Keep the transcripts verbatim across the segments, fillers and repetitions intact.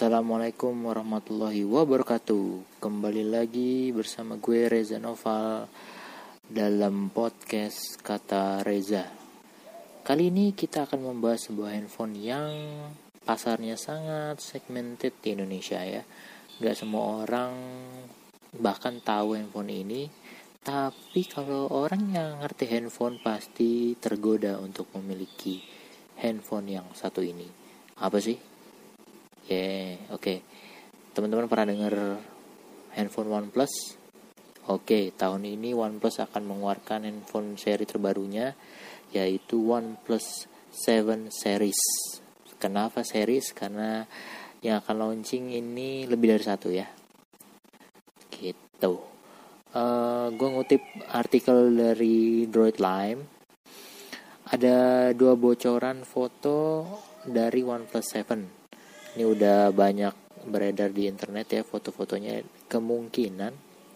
Assalamualaikum warahmatullahi wabarakatuh. Kembali lagi bersama gue Reza Noval dalam podcast Kata Reza. Kali ini kita akan membahas sebuah handphone yang pasarnya sangat segmented di Indonesia ya. Gak semua orang bahkan tahu handphone ini. Tapi kalau orang yang ngerti handphone pasti tergoda untuk memiliki handphone yang satu ini. Apa sih? Ya, yeah, oke. Okay. Teman-teman pernah dengar handphone OnePlus? Oke, okay, tahun ini OnePlus akan mengeluarkan handphone seri terbarunya, yaitu OnePlus tujuh series. Kenapa series? Karena yang akan launching ini lebih dari satu ya. Gitu. Uh, gue ngutip artikel dari Droid Lime. Ada dua bocoran foto dari OnePlus tujuh. Ini udah banyak beredar di internet ya foto-fotonya. Kemungkinan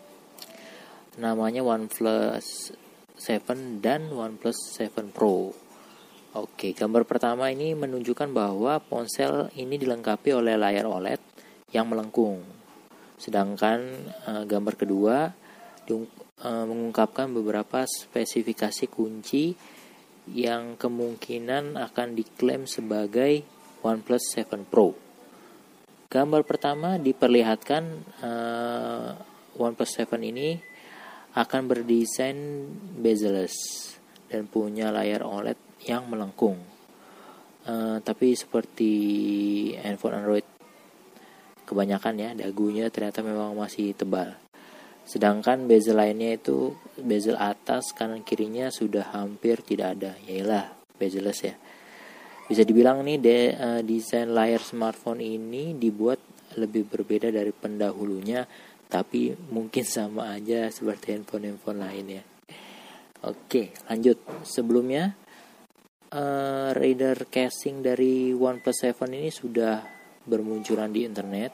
namanya OnePlus tujuh dan OnePlus tujuh Pro. Oke, gambar pertama ini menunjukkan bahwa ponsel ini dilengkapi oleh layar O L E D yang melengkung. Sedangkan uh, gambar kedua diung- uh, mengungkapkan beberapa spesifikasi kunci yang kemungkinan akan diklaim sebagai OnePlus tujuh Pro. Gambar pertama diperlihatkan uh, OnePlus tujuh ini akan berdesain bezel-less dan punya layar O L E D yang melengkung. Uh, tapi seperti handphone Android kebanyakan ya, dagunya ternyata memang masih tebal. Sedangkan bezel lainnya itu bezel atas kanan kirinya sudah hampir tidak ada, yailah bezel-less ya. Bisa dibilang nih de, uh, desain layar smartphone ini dibuat lebih berbeda dari pendahulunya, tapi mungkin sama aja seperti handphone-handphone lain ya. Oke, lanjut. Sebelumnya uh, reader casing dari OnePlus tujuh ini sudah bermunculan di internet.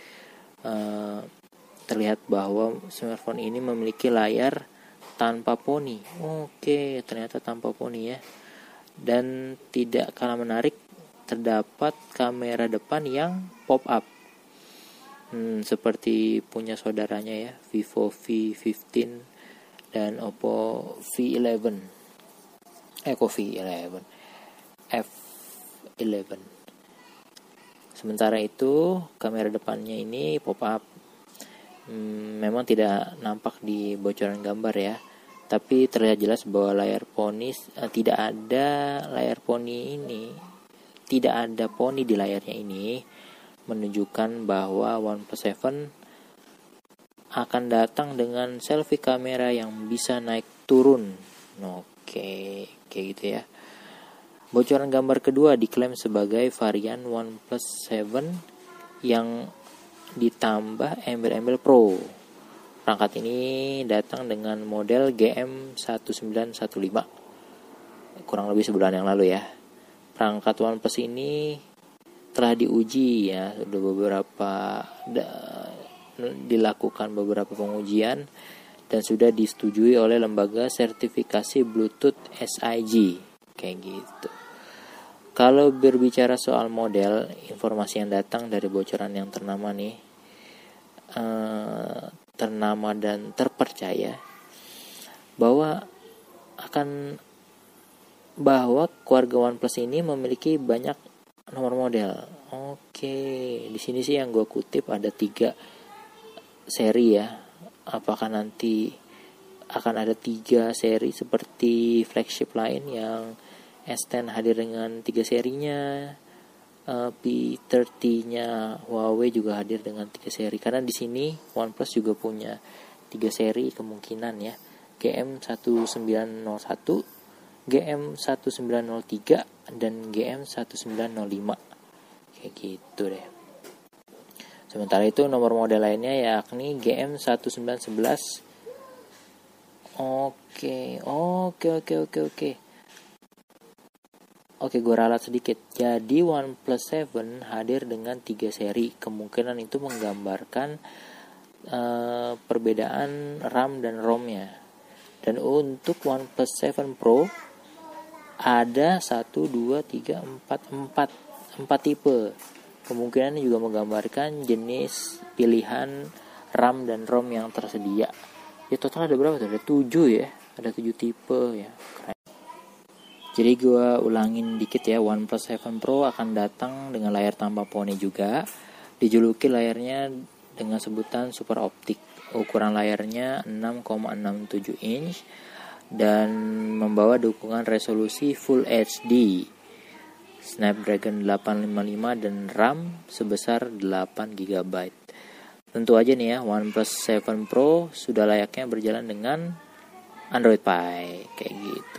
Uh, terlihat bahwa smartphone ini memiliki layar tanpa poni. Oke, ternyata tanpa poni ya. Dan tidak kalah menarik, terdapat kamera depan yang pop up, hmm, seperti punya saudaranya ya, Vivo V lima belas dan Oppo V sebelas, eh kok V sebelas, F sebelas. Sementara itu kamera depannya ini pop up, hmm, memang tidak nampak di bocoran gambar ya. Tapi terlihat jelas bahwa layar poni eh, tidak ada layar poni ini, tidak ada poni di layarnya ini, menunjukkan bahwa OnePlus tujuh akan datang dengan selfie kamera yang bisa naik turun. Oke, kayak gitu ya. Bocoran gambar kedua diklaim sebagai varian OnePlus tujuh yang ditambah embel-embel Pro. Perangkat ini datang dengan model G M satu sembilan satu lima, kurang lebih sebulan yang lalu ya. Perangkat OnePlus ini telah diuji ya, sudah beberapa da, dilakukan beberapa pengujian dan sudah disetujui oleh lembaga sertifikasi Bluetooth S I G kayak gitu. Kalau berbicara soal model, informasi yang datang dari bocoran yang ternama nih, uh, ternama dan terpercaya bahwa akan bahwa keluarga OnePlus ini memiliki banyak nomor model. Oke, di sini sih yang gue kutip ada tiga seri ya. Apakah nanti akan ada tiga seri seperti flagship lain yang S sepuluh hadir dengan tiga serinya, Uh, P tiga puluh-nya Huawei juga hadir dengan tiga seri, karena di sini OnePlus juga punya tiga seri kemungkinan ya, G M satu sembilan nol satu, G M satu sembilan nol tiga dan G M satu sembilan nol lima kayak gitu deh. Sementara itu nomor model lainnya yakni G M satu sembilan satu satu. Oke, oke, oke, oke, oke. Oke, gue ralat sedikit. Jadi OnePlus tujuh hadir dengan tiga seri. Kemungkinan itu menggambarkan uh, perbedaan RAM dan ROM-nya. Dan untuk OnePlus tujuh Pro ada satu, dua, tiga, empat, empat, empat tipe. Kemungkinan juga menggambarkan jenis pilihan RAM dan ROM yang tersedia. Ya total ada berapa tuh? Ada tujuh ya. Ada tujuh tipe ya. Keren. Jadi gue ulangin dikit ya. OnePlus tujuh Pro akan datang dengan layar tanpa poni juga. Dijuluki layarnya dengan sebutan Super Optik. Ukuran layarnya enam koma enam tujuh inch dan membawa dukungan resolusi Full H D, Snapdragon delapan lima lima dan RAM sebesar delapan giga byte. Tentu aja nih ya, OnePlus tujuh Pro sudah layaknya berjalan dengan Android Pie kayak gitu.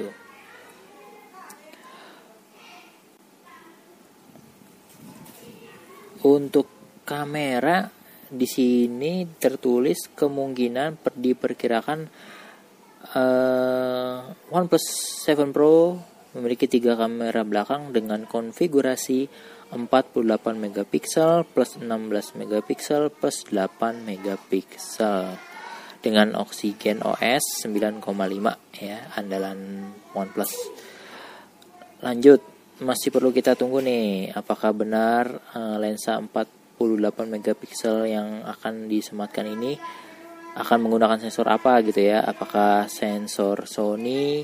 Untuk kamera di sini tertulis kemungkinan per, diperkirakan Uh, OnePlus tujuh Pro memiliki tiga kamera belakang dengan konfigurasi empat puluh delapan megapiksel plus enam belas megapiksel plus delapan megapiksel dengan Oxygen O S sembilan koma lima ya, andalan OnePlus. Lanjut, masih perlu kita tunggu nih apakah benar uh, lensa empat puluh delapan megapiksel yang akan disematkan ini akan menggunakan sensor apa gitu ya, apakah sensor Sony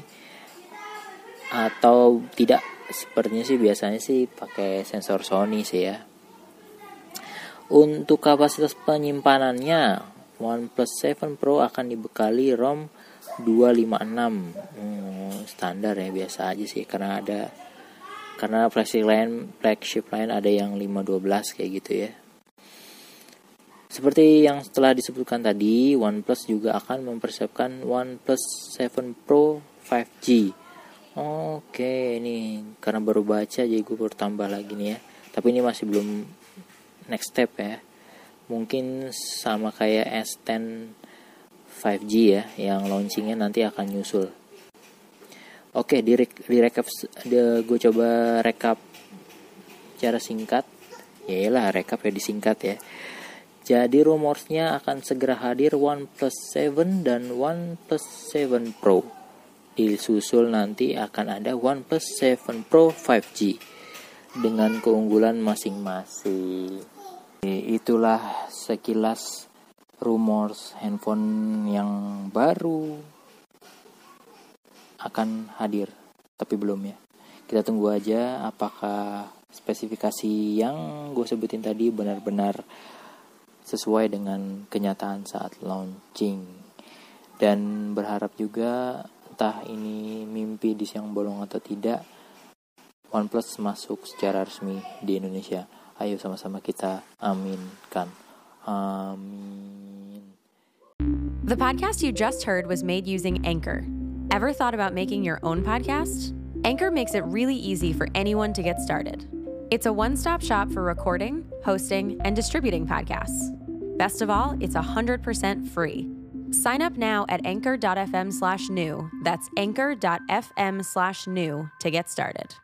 atau tidak. Sepertinya sih biasanya sih pakai sensor Sony sih ya. Untuk kapasitas penyimpanannya, OnePlus tujuh Pro akan dibekali ROM dua lima enam, hmm, standar ya, biasa aja sih, karena ada karena flagship line flagship line ada yang lima dua belas kayak gitu ya. Seperti yang telah disebutkan tadi, OnePlus juga akan mempersiapkan OnePlus tujuh Pro lima G. Oke, ini karena baru baca jadi gue baru tambah lagi nih ya. Tapi ini masih belum next step ya. Mungkin sama kayak S sepuluh lima G ya, yang launchingnya nanti akan nyusul. Oke, di, di recap, gue coba rekap secara singkat. Ya iyalah, rekap ya disingkat ya. Jadi rumorsnya akan segera hadir OnePlus tujuh dan OnePlus tujuh Pro. Disusul nanti akan ada OnePlus tujuh Pro lima G dengan keunggulan masing-masing. Itulah sekilas rumors handphone yang baru akan hadir, tapi belum ya. Kita tunggu aja apakah spesifikasi yang gue sebutin tadi benar-benar sesuai dengan kenyataan saat launching. Dan berharap juga entah ini mimpi di siang bolong atau tidak, OnePlus masuk secara resmi di Indonesia. Ayo sama-sama kita aminkan. Amin. The podcast you just heard was made using Anchor. Ever thought about making your own podcast? Anchor makes it really easy for anyone to get started. It's a one-stop shop for recording, hosting, and distributing podcasts. Best of all, it's one hundred percent free. Sign up now at anchor.fm slash new. That's anchor.fm slash new to get started.